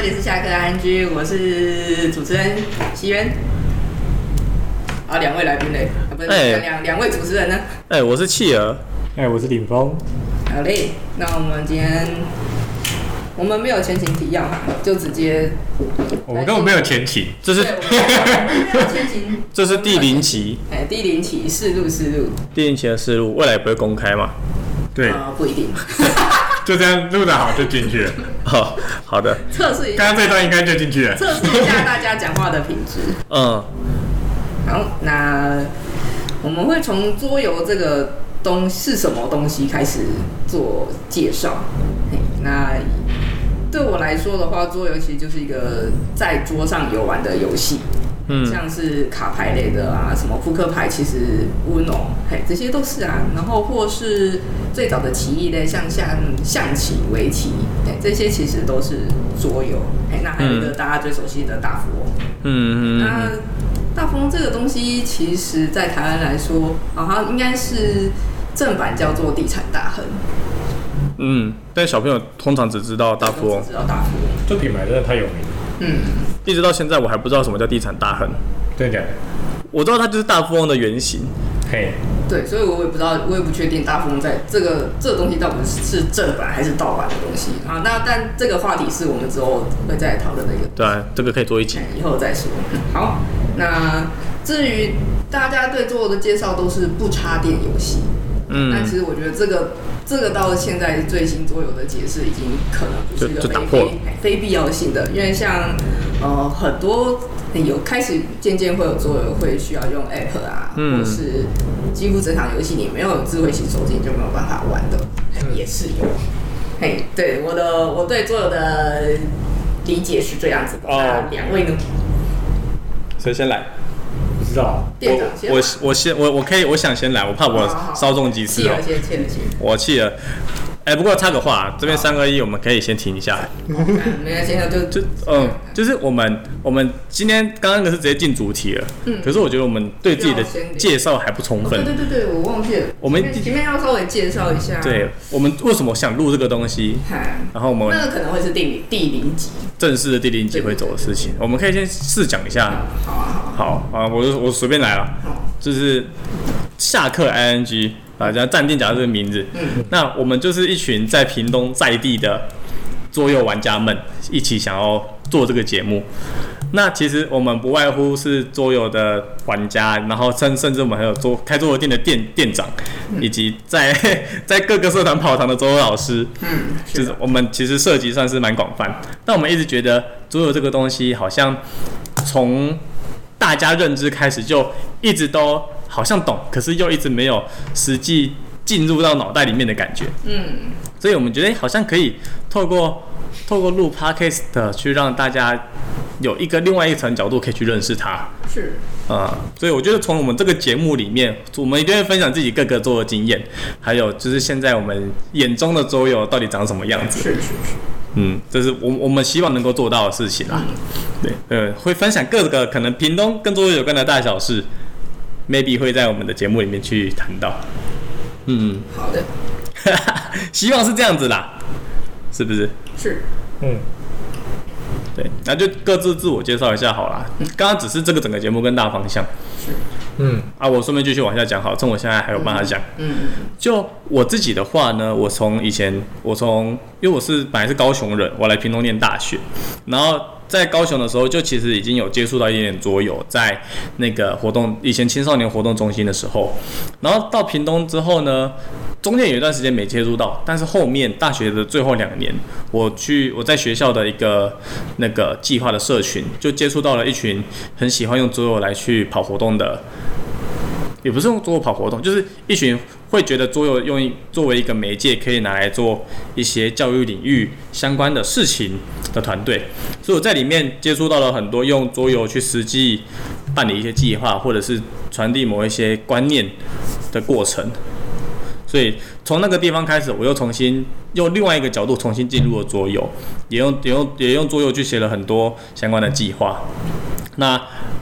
里是下课 ING， 我是主持人席源。啊，两位来宾嘞，不是两位主持人呢？ 我是企鹅。 我是领风。 好嘞，那我们今天我们没有前情提要，就直接。 我们根本没有前情， 这是没有前情， 这是第0期。 第0期试录。 第0期的试录，未来不会公开嘛？ 对， 不一定。 就这样录得好就进去了。 好的。 测试一下， 刚刚这段应该就进去了。 测试一下大家讲话的品质。好，那我们会从桌游这个是什么东西开始做介绍。那对我来说的话，桌游其实就是一个在桌上游玩的游戏。像是卡牌类的啊，什么扑克牌，其实Uno，这些都是啊。然后或是最早的棋艺类，像象棋、围棋，这些其实都是桌游。那还有一个大家最熟悉的大富翁。那大富翁这个东西，其实在台湾来说，它应该是正版叫做地产大亨。 但小朋友通常只知道大富翁。 这品牌真的太有名了。 一直到现在我还不知道什么叫地产大亨。 真的假的？ 我知道它就是大富翁的原型。 对，所以我也不知道，我也不确定大富翁在这个东西到底是正版还是盗版的东西啊。但这个话题是我们之后会再讨论的一个。 对啊，这个可以做一集， 以后再说。好，那至于大家对桌游的介绍都是不插电游戏。但其实我觉得这个到现在最新桌游的解释已经可能不是一个非必要性的，因为像很多有开始渐渐会有桌游会需要用 App 啊，或是几乎整场游戏你没有智慧型手机你就没有办法玩的，也是有。对我对桌游的理解是这样子的。那两位呢？ 谁先来？ 不知道。 店长先。 我想先来，我怕我稍纵即逝。我气了。不过插个话，这边3、2、1，我们可以先停一下。 没关系， 就是我们今天刚刚的是直接进主题了。可是我觉得我们对自己的介绍还不充分。 对，我忘记了。我们前面要稍微介绍一下。 对，我们为什么想录这个东西？然后我们那个可能会是第0集，正式的第0集会走的事情。我们可以先试讲一下。好啊，我随便来了。就是下课 ING。暂定讲这个名字。那我们就是一群在屏东在地的桌游玩家们，一起想要做这个节目。那其实我们不外乎是桌游的玩家，然后甚至我们还有开桌游店的店长，以及在各个社团跑堂的桌游老师。就是我们其实涉及算是蛮广泛。但我们一直觉得桌游这个东西好像从大家认知开始就一直都好像懂，可是又一直没有实际进入到脑袋里面的感觉。所以我们觉得好像可以透过录 podcast 去让大家有另外一层角度可以去认识它。 是。 所以我觉得从我们这个节目里面，我们一定会分享自己各个桌游经验，还有就是现在我们眼中的桌游到底长什么样子。 是。 这是我们希望能够做到的事情啦。对，会分享各个可能屏东跟桌游有关的大小事。maybe 会在我们的节目里面去谈到。 好的。 希望是这样子啦，是不是？ 是。 对，那就各自自我介绍一下好啦。刚刚只是这个整个节目跟大方向。 是。 我顺便继续往下讲好，趁我现在还有办法讲。就我自己的话呢，因为我本来是高雄人，我来屏东念大学，然后在高雄的时候，就其实已经有接触到一点点桌游，在那个以前青少年活动中心的时候，然后到屏东之后呢，中间有一段时间没接触到，但是后面大学的最后2年，我在学校的一个那个计划的社群，就接触到了一群很喜欢用桌游来去跑活动的。也不是用桌游跑活动，就是一群会觉得桌游作为一个媒介，可以拿来做一些教育领域相关的事情的团队。所以我在里面接触到了很多用桌游去实际办理一些计划，或者是传递某一些观念的过程。所以从那个地方开始，我又重新用另外一个角度重新进入了桌游，也用桌游去写了很多相关的计划。那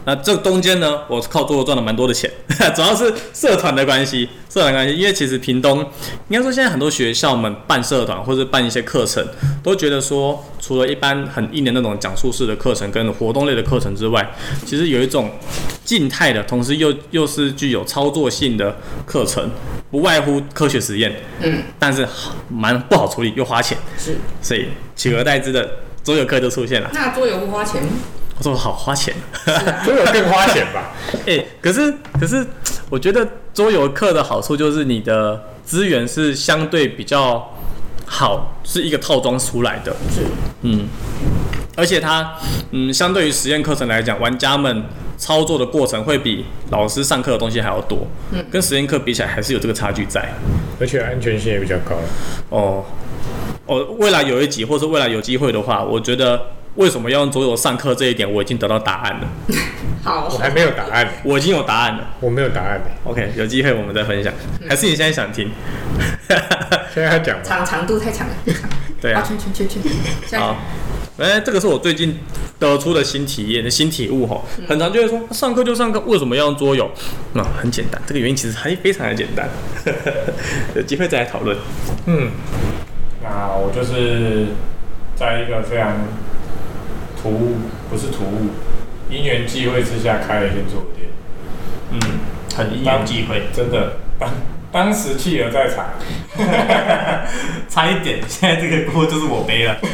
那这中间呢，我靠桌游赚了蛮多的钱，主要是社团的关系，因为其实屏东应该说现在很多学校们办社团或者办一些课程，都觉得说除了一般很硬的那种讲述式的课程跟活动类的课程之外，其实有一种静态的，同时又是具有操作性的课程，不外乎科学实验，但是蛮不好处理又花钱， 是， 所以取而代之的桌游课就出现了。 那桌游不花钱吗？ 桌游好花钱， 桌游更花钱吧？ 可是我觉得桌游课的好处就是你的资源是相对比较好，是一个套装出来的， 是， 而且它相对于实验课程来讲，玩家们操作的过程会比老师上课的东西还要多，跟实验课比起来还是有这个差距在， 而且安全性也比较高。 未来有一集或者未来有机会的话，我觉得为什么要用桌游上课这一点，我已经得到答案了。 好， 我还没有答案， 我已经有答案了，我没有答案。 OK， 有机会我们再分享。还是你现在想听？ 现在讲长度太长了。 对啊， 圈。好， 这个是我最近得出的新体验、新体悟哈。很常就会说上课就上课，为什么要用桌游？很简单，这个原因其实非常的简单。有机会再来讨论。 那我就是在一个非常不是突兀，因缘际会之下开了一间桌游店。 很因缘际会， 真的。当时企鹅在场， 差一点，现在这个锅就是我背了。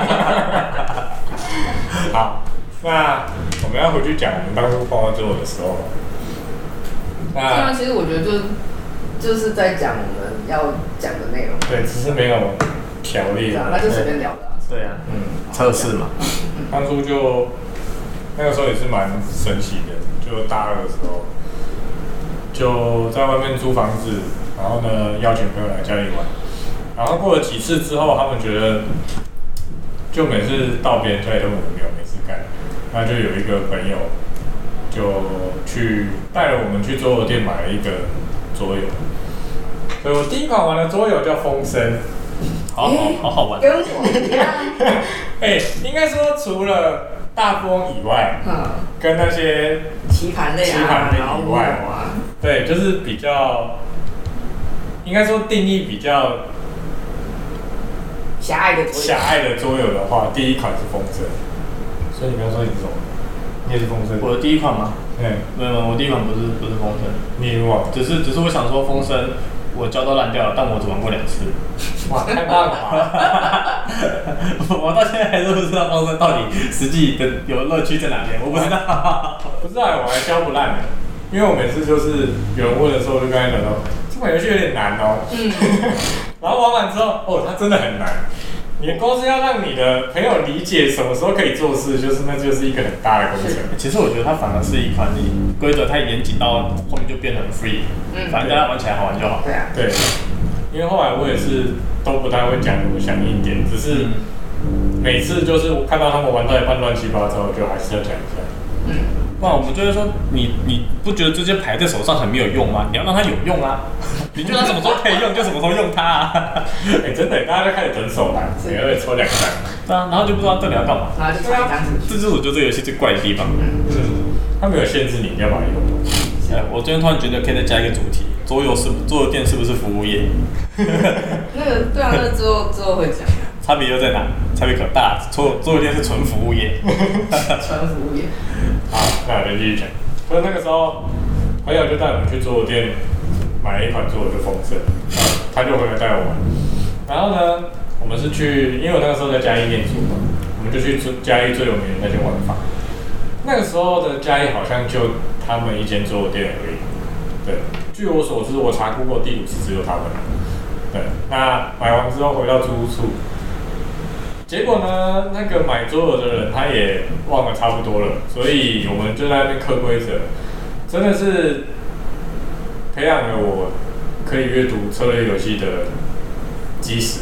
好，那我们要回去讲我们当初碰到桌游的时候。 那其实我觉得就是在讲我们要讲的内容。 对，只是没有条列。 那就随便聊的。 对啊，测试嘛。 当初就那个时候也是蛮神奇的，就大二的时候。就在外面租房子，然后呢邀请朋友来家里玩，然后过了几次之后，他们觉得就每次到别人家里都很无聊，没事干，那就有一个朋友就带了我们去桌游店买了一个桌游，所以我第一款玩的桌游叫风声， 好玩， 跟我一样。 应该说除了大富翁以外，跟那些棋盘类以外，对，就是比较，应该说定义比较狭隘的桌游的话，第一款是风声。所以你刚说你是什么？你也是风声？ 我的第一款吗？没有，我第一款不是风声。 你也忘了？ 只是我想说风声，我教都烂掉了，但我只玩过2次。 哇，太棒了吧！ 我到现在还是不知道风声到底实际的有乐趣在哪边，我不知道。 不知道，我还教不烂的。因为我每次就是有人问的时候，我就跟他讲说，这款游戏有点难哦。然后玩完之后，它真的很难。你的公司要让你的朋友理解什么时候可以做事，那就是一个很大的工程。 其实我觉得它反而是一款你规则太严谨到后面就变得很 free，反正大家玩起来好玩就好。 对，因为后来我也是都不太会讲什么响应点，只是每次就是我看到他们玩到一半乱七八糟，就还是要讲一下。 那我们就是说，你不觉得这些牌在手上很没有用吗？你要让它有用啊！你觉得它什么时候可以用，就什么时候用它啊！ 真的，大家就开始囤手牌，每个月抽2张。 对啊，然后就不知道到底要干嘛。 然后就抽1张。 这就是我觉得这个游戏最怪的地方。 它没有限制你一定要把它用。 我最近突然觉得可以再加一个主题：桌游店是不是服务业？ 对啊，那之后会讲。 差别又在哪？差别可大。桌游店是纯服务业。 纯服务业。 好，那我就继续讲。所以那个时候，朋友就带我们去桌游店买了一款桌游，就风声，他就回来带我玩。然后呢，我们是去，因为我那个时候在嘉义念书嘛，我们就去嘉义最有名的那间玩法。那个时候的嘉义好像就他们一间桌游店而已。对，据我所知，我查Google地图是只有他们。对，那买完之后回到租屋处。结果呢，那个买桌游的人他也忘了差不多了，所以我们就在那边刻规则，真的是培养了我可以阅读策略游戏的基石。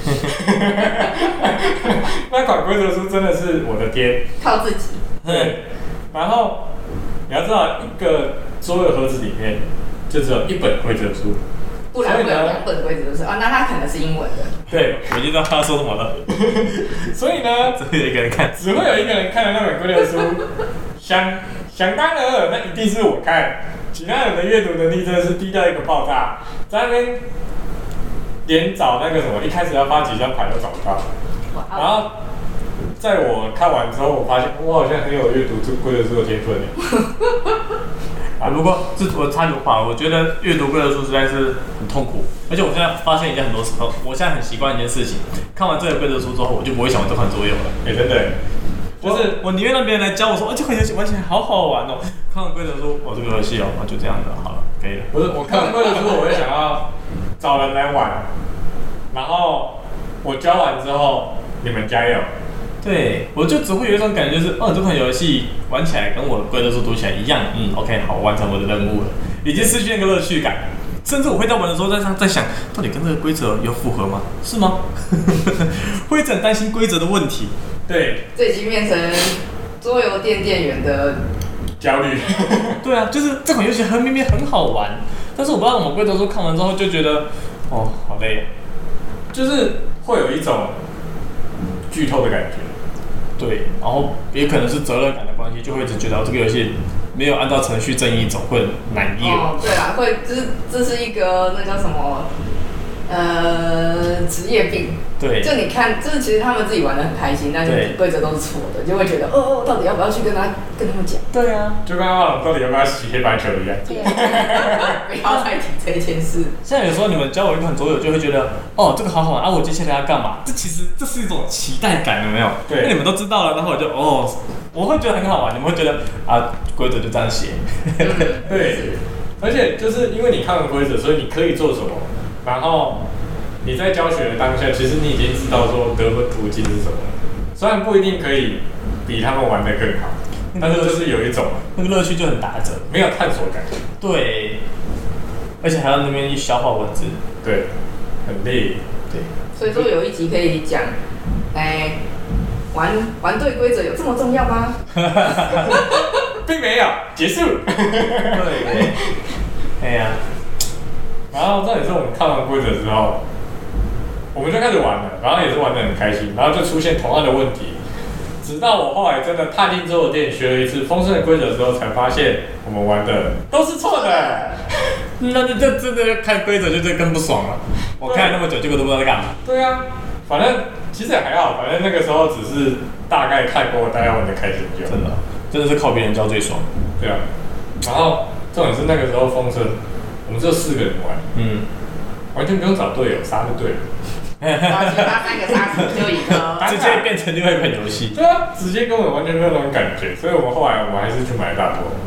那款规则书真的是我的天， 靠自己。 对，然后你要知道，一个桌游盒子里面就只有1本规则书。 不然会有2本规则书啊，那它可能是英文的。 对， 我已经知道他说什么了。 所以呢， 只会有一个人看， 只会有一个人看的那本规则书，相想当然了，那一定是我看，其他人的阅读能力真的是低到一个爆炸，在那边连找那个什么，一开始要发几张牌都找不到，然后在我看完之后，我发现我好像很有阅读规则书的天分啊，不过我插句话，我觉得阅读规则书实在是很痛苦，而且我现在发现一件很多时候，我现在很习惯一件事情，看完这个规则书之后，我就不会想玩这款桌游了。 真的，就是我宁愿让别人来教我说，这款游戏玩起来好好玩哦。看完规则书，这个游戏就这样的，好了，可以了。 不是，我看完规则书，我会想要找人来玩，然后我教完之后，你们加油。 对，我就只会有一种感觉，就是这款游戏玩起来跟我的规则书读起来一样，OK， 好，完成我的任务了，已经失去那个乐趣感。甚至我会在玩的时候在想，到底跟这个规则有符合吗？是吗？会一直很担心规则的问题。 对， 这已经变成桌游店店员的焦虑。 对啊，就是这款游戏明明很好玩，但是我不知道我们规则书看完之后就觉得，好累， 就是会有一种剧透的感觉。 对，然后也可能是责任感的关系，就会一直觉得这个游戏没有按照程序正义走，会很难业。 对啦，会，这是一个那叫什么？职业病。 对， 就你看，就是其实他们自己玩得很开心，但是规则都是错的，就会觉得到底要不要去跟他们讲？ 对啊， 就刚刚到底要不要洗黑白球一样。 对，不要再提这件事。 像有时候你们教我一款桌游，就会觉得这个好好玩啊，我接下来要干嘛？这是一种期待感，有没有？ 对， 因为你们都知道了，然后我就我会觉得很好玩，你们会觉得规则就这样写。 对，而且就是因为你看了规则，所以你可以做什么，然后你在教学的当下，其实你已经知道说得分途径是什么，虽然不一定可以比他们玩得更好，但是就是有一种那个乐趣就很打折， 没有探索感。 对，而且还要那边一消化文字， 对，很累。 对， 所以说有一集可以讲，玩对规则有这么重要吗？ 并没有，结束。 对，哎呀。 然后这也是我们看完规则之后，我们就开始玩了，然后也是玩得很开心，然后就出现同样的问题，直到我后来真的踏进桌游店学了一次丰盛的规则之后，才发现我们玩的都是错的。 那这真的看规则就更不爽了。我看了那么久，结果都不知道在干嘛。 对啊，反正其实也还好，反正那个时候只是大概看过，大家玩得开心就好。真的是靠别人教最爽。对啊，然后重点是那个时候丰盛。我们只有4个人玩，完全不用找队友，杀就对了。 然后其他3个杀死就赢了， 直接变成另外一款游戏。 对啊，直接根本完全没有那种感觉，所以我们后来还是去买了大头。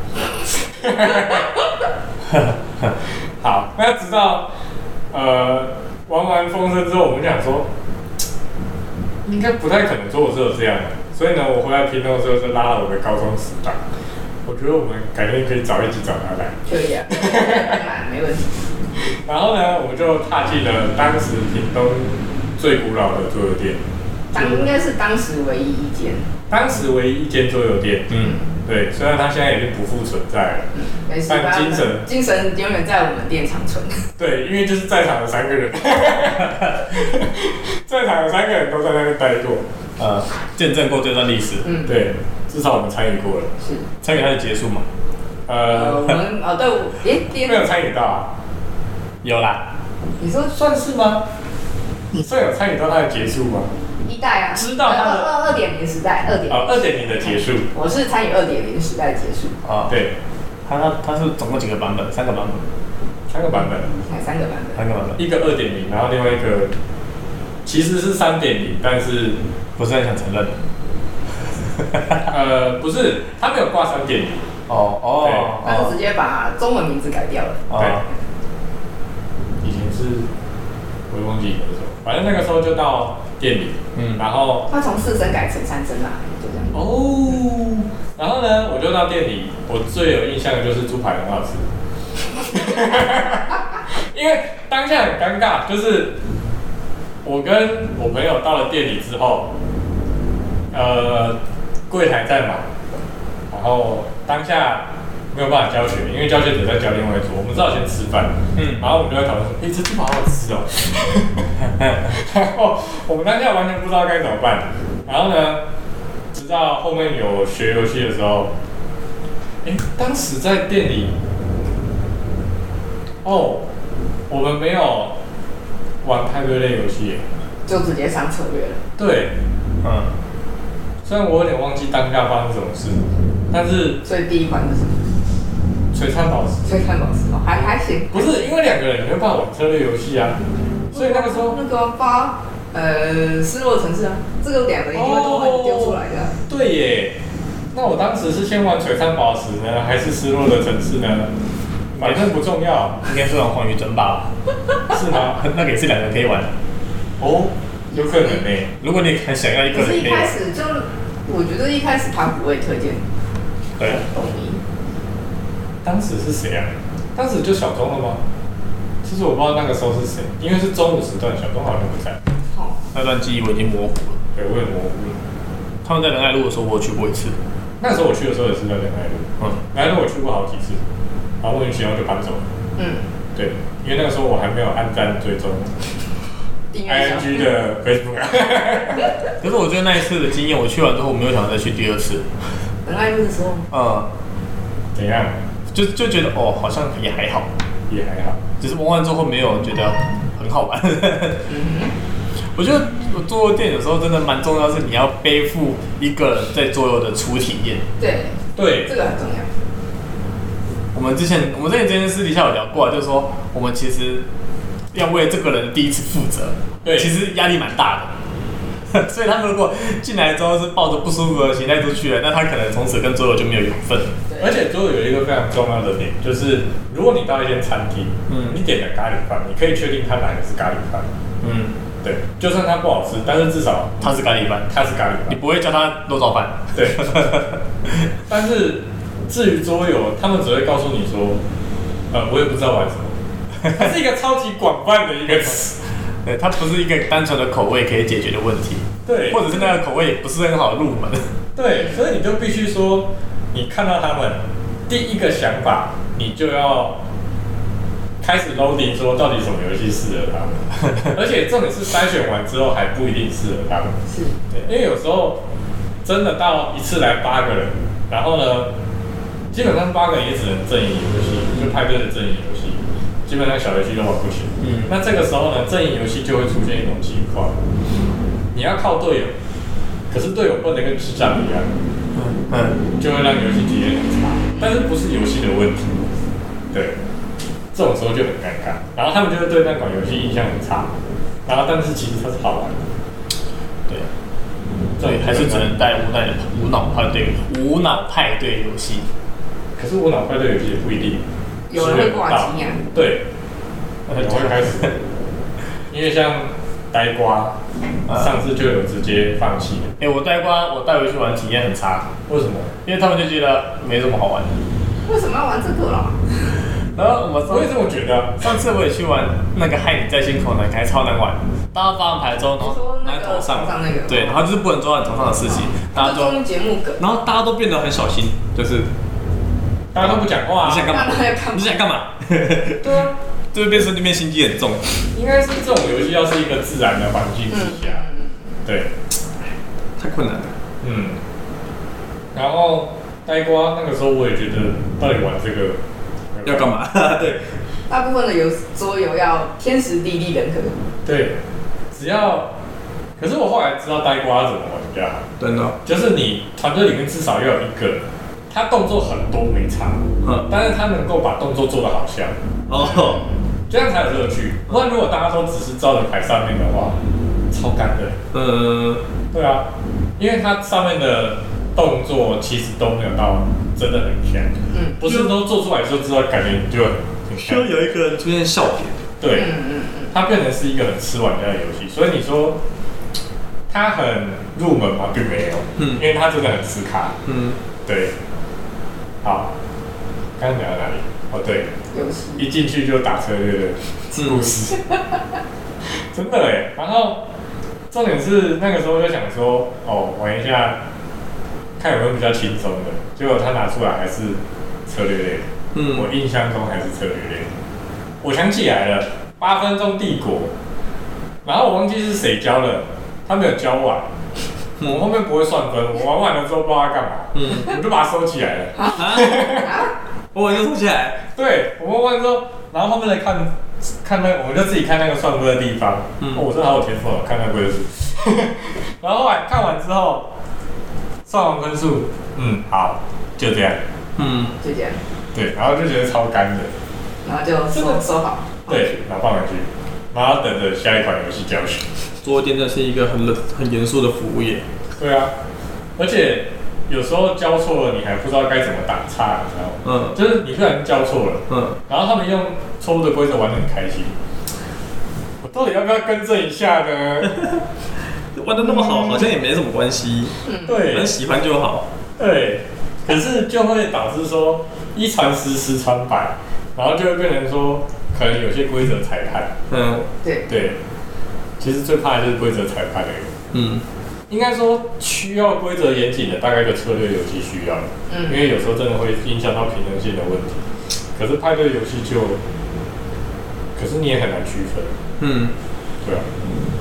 好，那直到玩完风声之后，我们想说，应该不太可能说我是有这样的，所以呢，我回来屏东的时候就拉了我的高中死党。我觉得我们改天可以找一集找他来。 可以啊，当然没问题。 然后呢，我们就踏进了当时屏东最古老的桌游店， 应该是当时唯一一间。 当时唯一一间桌游店，对，虽然它现在已经不复存在了， 没事， 但精神永远在我们店长存。 对，因为就是在场的3个人，在场的3个人都在那边待过， 见证过这段历史， 对，至少我们参与过了。 是参与它的结束嘛？ 我们对， 没有参与到啊？ 有啦。 你说算是吗？你算有参与到它的结束吗 ？1代啊， 知道它的 2.0时代 ，2.0的结束。 我是参与2.0时代结束。 对， 它是总共几个版本？3个版本。 3个版本。 才3个版本。 3个版本。 一个2.0，然后另外一个其实是3.0，但是不是很想承认。 不是，他没有挂3.0。 对，他是直接把中文名字改掉了。 对，以前是我也忘记了，反正那个时候就到店里，然后他从4声改成3声啦，就这样。 然后呢，我就到店里，我最有印象的就是猪排很好吃，因为当下很尴尬，就是我跟我朋友到了店里之后，柜台在忙，然后当下没有办法教学，因为教学者在教另外一组，我们只好先吃饭。然后我们就在讨论说，这猪排好好吃哦。然后我们当下完全不知道该怎么办。然后呢，直到后面有学游戏的时候， 当时在店里，我们没有玩派对类游戏， 就直接上策略了。 对，虽然我有点忘记当下发生什么事，但是所以第一款是什么？ 璀璨宝石。 璀璨宝石哦，还行。 不是因为2个人你没办法玩策略游戏啊，所以那个时候那个发失落城市啊，这个2个一定会都会丢出来的。 对耶，那我当时是先玩璀璨宝石呢，还是失落的城市呢？反正不重要， 应该是玩荒野争霸吧？ 是吗？ 那个也是2个人可以玩。 有可能呢。 如果你很想要一个人可以玩。 可是一开始就，我觉得一开始他不会推荐。 对。 懂你。 当时是谁啊？当时就小钟了吗？其实我不知道那个时候是谁，因为是中午时段，小钟好像不在。 那段记忆我已经模糊了。 对，我也模糊了。 他们在仁爱路的时候，我有去过1次。 那时候我去的时候也是在仁爱路。仁爱路我去过好几次，然后莫名其妙就搬走了。对，因为那个时候我还没有按赞追踪 ING 的 Facebook。 可是我觉得那一次的经验，我去完之后，我没有想再去第2次。 仁爱路的时候。 怎样？ 就觉得好像也还好，只是玩完之后没有觉得很好玩。我觉得我桌游店有时候真的蛮重要，是你要背负一个人在桌游的初体验。 对，这个很重要。 我们之前这件私底下有聊过，就是说我们其实要为这个人的第一次负责，其实压力蛮大的。所以他们如果进来之后是抱着不舒服的心态出去了，那他可能从此跟桌游就没有缘分。 而且桌游有一个非常重要的点，就是如果你到一间餐厅，你点了咖喱饭，你可以确定它哪个是咖喱饭。对，就算它不好吃，但是至少它是咖喱饭，你不会叫它肉燥饭。 对。但是至于桌游，他们只会告诉你说，我也不知道玩什么。它是一个超级广泛的一个词。 对，它不是一个单纯的口味可以解决的问题。 对， 或者是那个口味不是很好入门。 对，所以你就必须说，你看到他们第一个想法，你就要开始 loading 说到底什么游戏适合他们。而且重点是筛选完之后还不一定适合他们。 是， 对，因为有时候真的到一次来8个人，然后呢，基本上8个人也只能阵营游戏，就派对的阵营游戏。基本上小游戏都玩不起。那这个时候呢，阵营游戏就会出现一种情况，你要靠队友，可是队友不能跟智障一样，就会让游戏体验很差。但是不是游戏的问题，对，这种时候就很尴尬。然后他们就会对那款游戏印象很差，然后但是其实它是好玩的。 对，所以还是只能带无脑派对游戏。 可是无脑派对游戏也不一定。 有人会挂机啊？ 对，我会开始，因为像呆瓜，上次就有直接放弃。 我呆瓜我带回去玩体验很差。 为什么？ 因为他们就觉得没什么好玩的。 为什么要玩这个啦？ 然后我也这么觉得。 上次我也去玩那个害你在心口难开，超难玩。大家发完牌之后，然后拿在头上，对，然后就是不能做到你头上的事情，大家就节目梗， 然后大家都变得很小心，就是。 大家都不讲话、 你想干嘛？你想干嘛？ 对啊， 这会变成那边心机很重。 应该是这种游戏要是一个自然的环境之下，对， 太困难了。 然后呆瓜那个时候我也觉得，到底玩这个要干嘛？对， 大部分的桌游要天时地利人和。 对，只要，可是我后来知道呆瓜怎么玩比较好。 真的， 就是你团队里面至少要有一个。他动作很多没差，但是他能够把动作做得好笑，这样才有乐趣。不然如果大家都只是照着牌上面的话，超干的。对啊，因为它上面的动作其实都没有到真的很强，不是都做出来就知道感觉就很需要有一个人出现笑点。 对，它变成是一个很吃玩家的游戏，所以你说它很入门吗？并没有，因为它真的很吃卡。对。好，刚刚聊到哪里？对， 游戏一进去就打策略的故事，真的哎。然后重点是那个时候就想说，玩一下，看有没有比较轻松的。结果他拿出来还是策略类的，我印象中还是策略类的。我想起来了，8分钟帝国，然后我忘记是谁教了，他没有教完， 我后面不会算分，我玩完了之后不知道它干嘛，我就把它收起来了。 我就收起来。 对，我玩完之后，然后后面来看那，我们就自己看那个算分的地方。我真的好有天分哦，看那个规则书。然后后来看完之后，算完分数，好，就这样。 就这样。 对，然后就觉得超干的。 然后就收好。 对，然后放回去，然后等着下一款游戏教学。 桌游店真的是一个很严肃的服务业。 对啊，而且有时候教错了，你还不知道该怎么打岔，你知道吗？就是你不小心教错了，然后他们用错误的规则玩得很开心。我到底要不要更正一下呢？ 玩得那么好，好像也没什么关系。 对， 很喜欢就好。 对，可是就会导致说一传十，十传百，然后就会变成说，可能有些规则裁判。对。其实最怕的就是规则裁判的人。应该说需要规则严谨的，大概一个策略游戏需要。因为有时候真的会影响到平衡性的问题。可是派对游戏可是你也很难区分。对啊。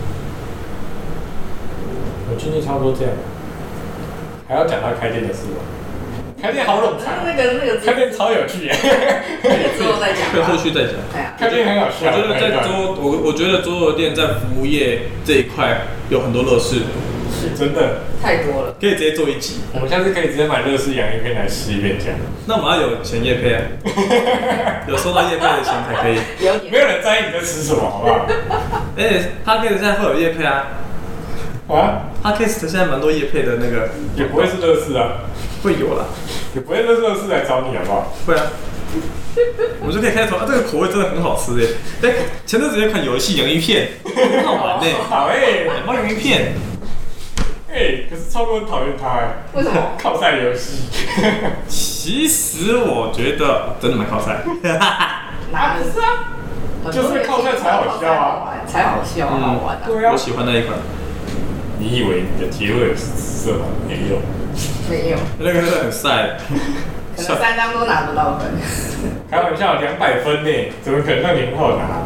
我今天差不多这样。还要讲他开店的事吗？开店好冗长。 那个开店超有趣耶。 之后再讲。 后续再讲。 开店很好笑。 我觉得桌游店在服务业这一块有很多乐事。 是真的。 太多了。 可以直接做一集。 我们下次可以直接买乐事洋芋片来吃一遍讲。 那我们要有钱业配啊。有收到业配的钱才可以。 没有人在意你在吃什么，好不好 Podcast 现在会有业配啊。Podcast 现在蛮多业配的那个。 也不会是乐事啊。 会有啦。 也不会乐事来找你，好不好？ 会啊。我们就可以开头这个口味真的很好吃前阵子有一款游戏洋芋片，很好玩好猫洋芋片。 可是超多人讨厌它为什么？ 靠赛游戏。 其实我觉得真的蛮靠赛。 哪不是啊？ 就是靠赛才好笑啊， 才好笑，好玩啊。 对啊。 我喜欢那一款。 你以为你的结尾是紫色吗？没有。 那个真的很晒。 可能3张都拿不到分。 开玩笑，200分呢，怎么可能让你很好拿？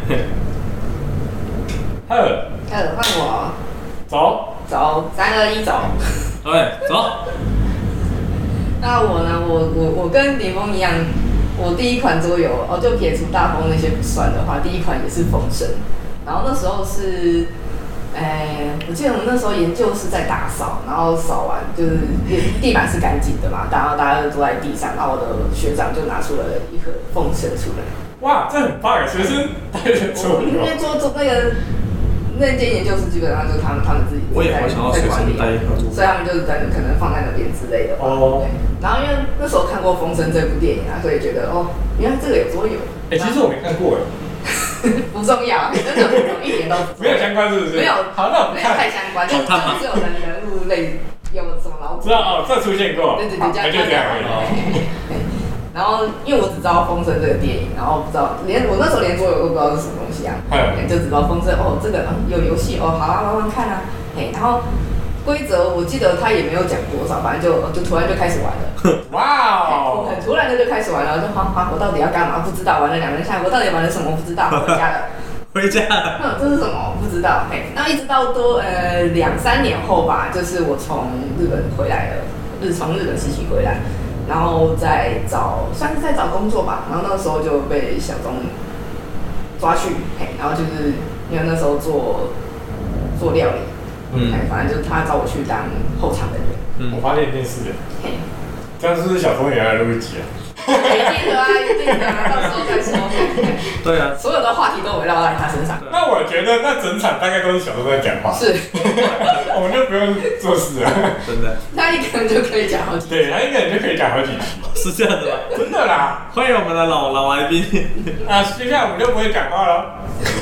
换我。走，3、2、1，走。 走。 那我呢？我跟林峰一样，我第一款桌游就撇除大风那些不算的话，第一款也是风声。然后那时候是，我记得我们那时候研究是在打扫，然后扫完就是地板是干净的嘛，然后大家都坐在地上，然后我的学长就拿出了一盒风声出来。 哇，这很棒！学生带着桌游。因为做那个。那间研究室基本上就是他们自己在管理，所以他们就是可能放在那边之类的。然后因为那时候看过《风声》这部电影所以觉得原来这个有桌游。 其实我没看过不重要，真的一点都不没有相关，是不是？ 没有， 好，那我们太相关，就是只有人物类有什么老知道这出现过， 对， 就这样而已。 然后，因为我只知道《风声》这个电影，然后不知道我那时候连桌游都不知道是什么东西就只知道《风声》这个有游戏好啊，玩玩看啊。然后规则我记得他也没有讲多少，反正就突然就开始玩了。 哇哦！很突然的就开始玩了，就我到底要干嘛？不知道，玩了2人下，我到底玩了什么？不知道，回家了。 回家了。 这是什么？不知道。那一直到多2、3年后吧，就是我从日本回来了，从日本实习回来。然后算是在找工作吧，然后那个时候就被小钟抓去，然后就是因为那时候做料理，反正就是他找我去当后场人员。 我发现一件事，这样是不是小钟也要来录一集啊？ 一定的啊，到时候再说。 对啊， 所有的话题都围绕在他身上。 那我觉得那整场大概都是小钟在讲话。 是。 我们就不用做事了。 真的。 他一个人就可以讲好几集。 对，他一个人就可以讲好几集。 是这样的吗？ 真的啦。 欢迎我们的老来宾。 接下来我们就不会讲话了。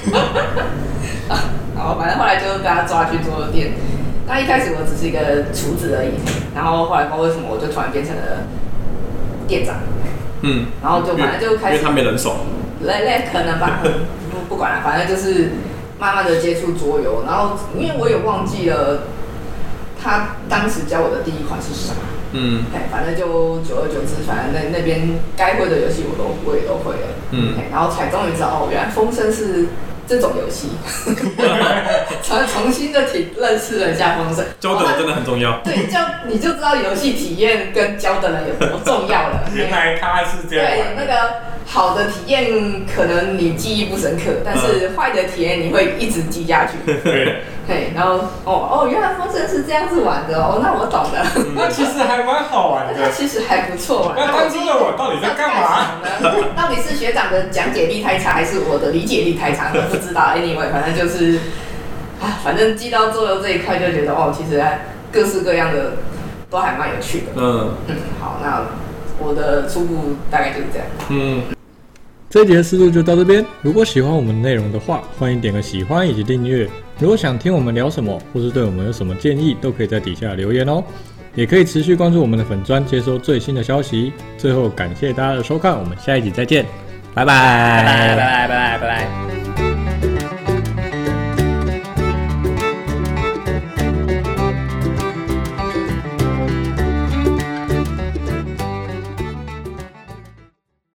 好，反正后来就被他抓去桌游店。那一开始我只是一个厨子而已，然后后来不知道为什么我就突然变成了店长。然后就反正就开始， 因为他没人手， 可能吧，不管了，反正就是慢慢的接触桌游，然后因为我也忘记了他当时教我的第一款是啥，反正就久而久之，反正那边该会的游戏我也都会了，然后才终于知道原来风声是这种游戏，重新的认识了一下风声。 教的人真的很重要。 对，你就知道游戏体验跟教的人有多重要了。 原来他是这样。 对，那个好的体验可能你记忆不深刻，但是坏的体验你会一直记下去。 对。 嘿，然后原来风声是这样子玩的哦，那我懂了。 那其实还蛮好玩的。 那其实还不错玩。 那当初的我到底在干嘛呢？到底是学长的讲解力太差，还是我的理解力太差？不知道。Anyway， 反正就是反正记到桌游这一块就觉得其实各式各样的都还蛮有趣的。好，那我的初步大概就是这样。 这一集的思路就到这边。如果喜欢我们内容的话，欢迎点个喜欢以及订阅。如果想听我们聊什么，或是对我们有什么建议，都可以在底下留言哦。也可以持续关注我们的粉专，接收最新的消息。最后感谢大家的收看，我们下一集再见，拜拜， 拜拜。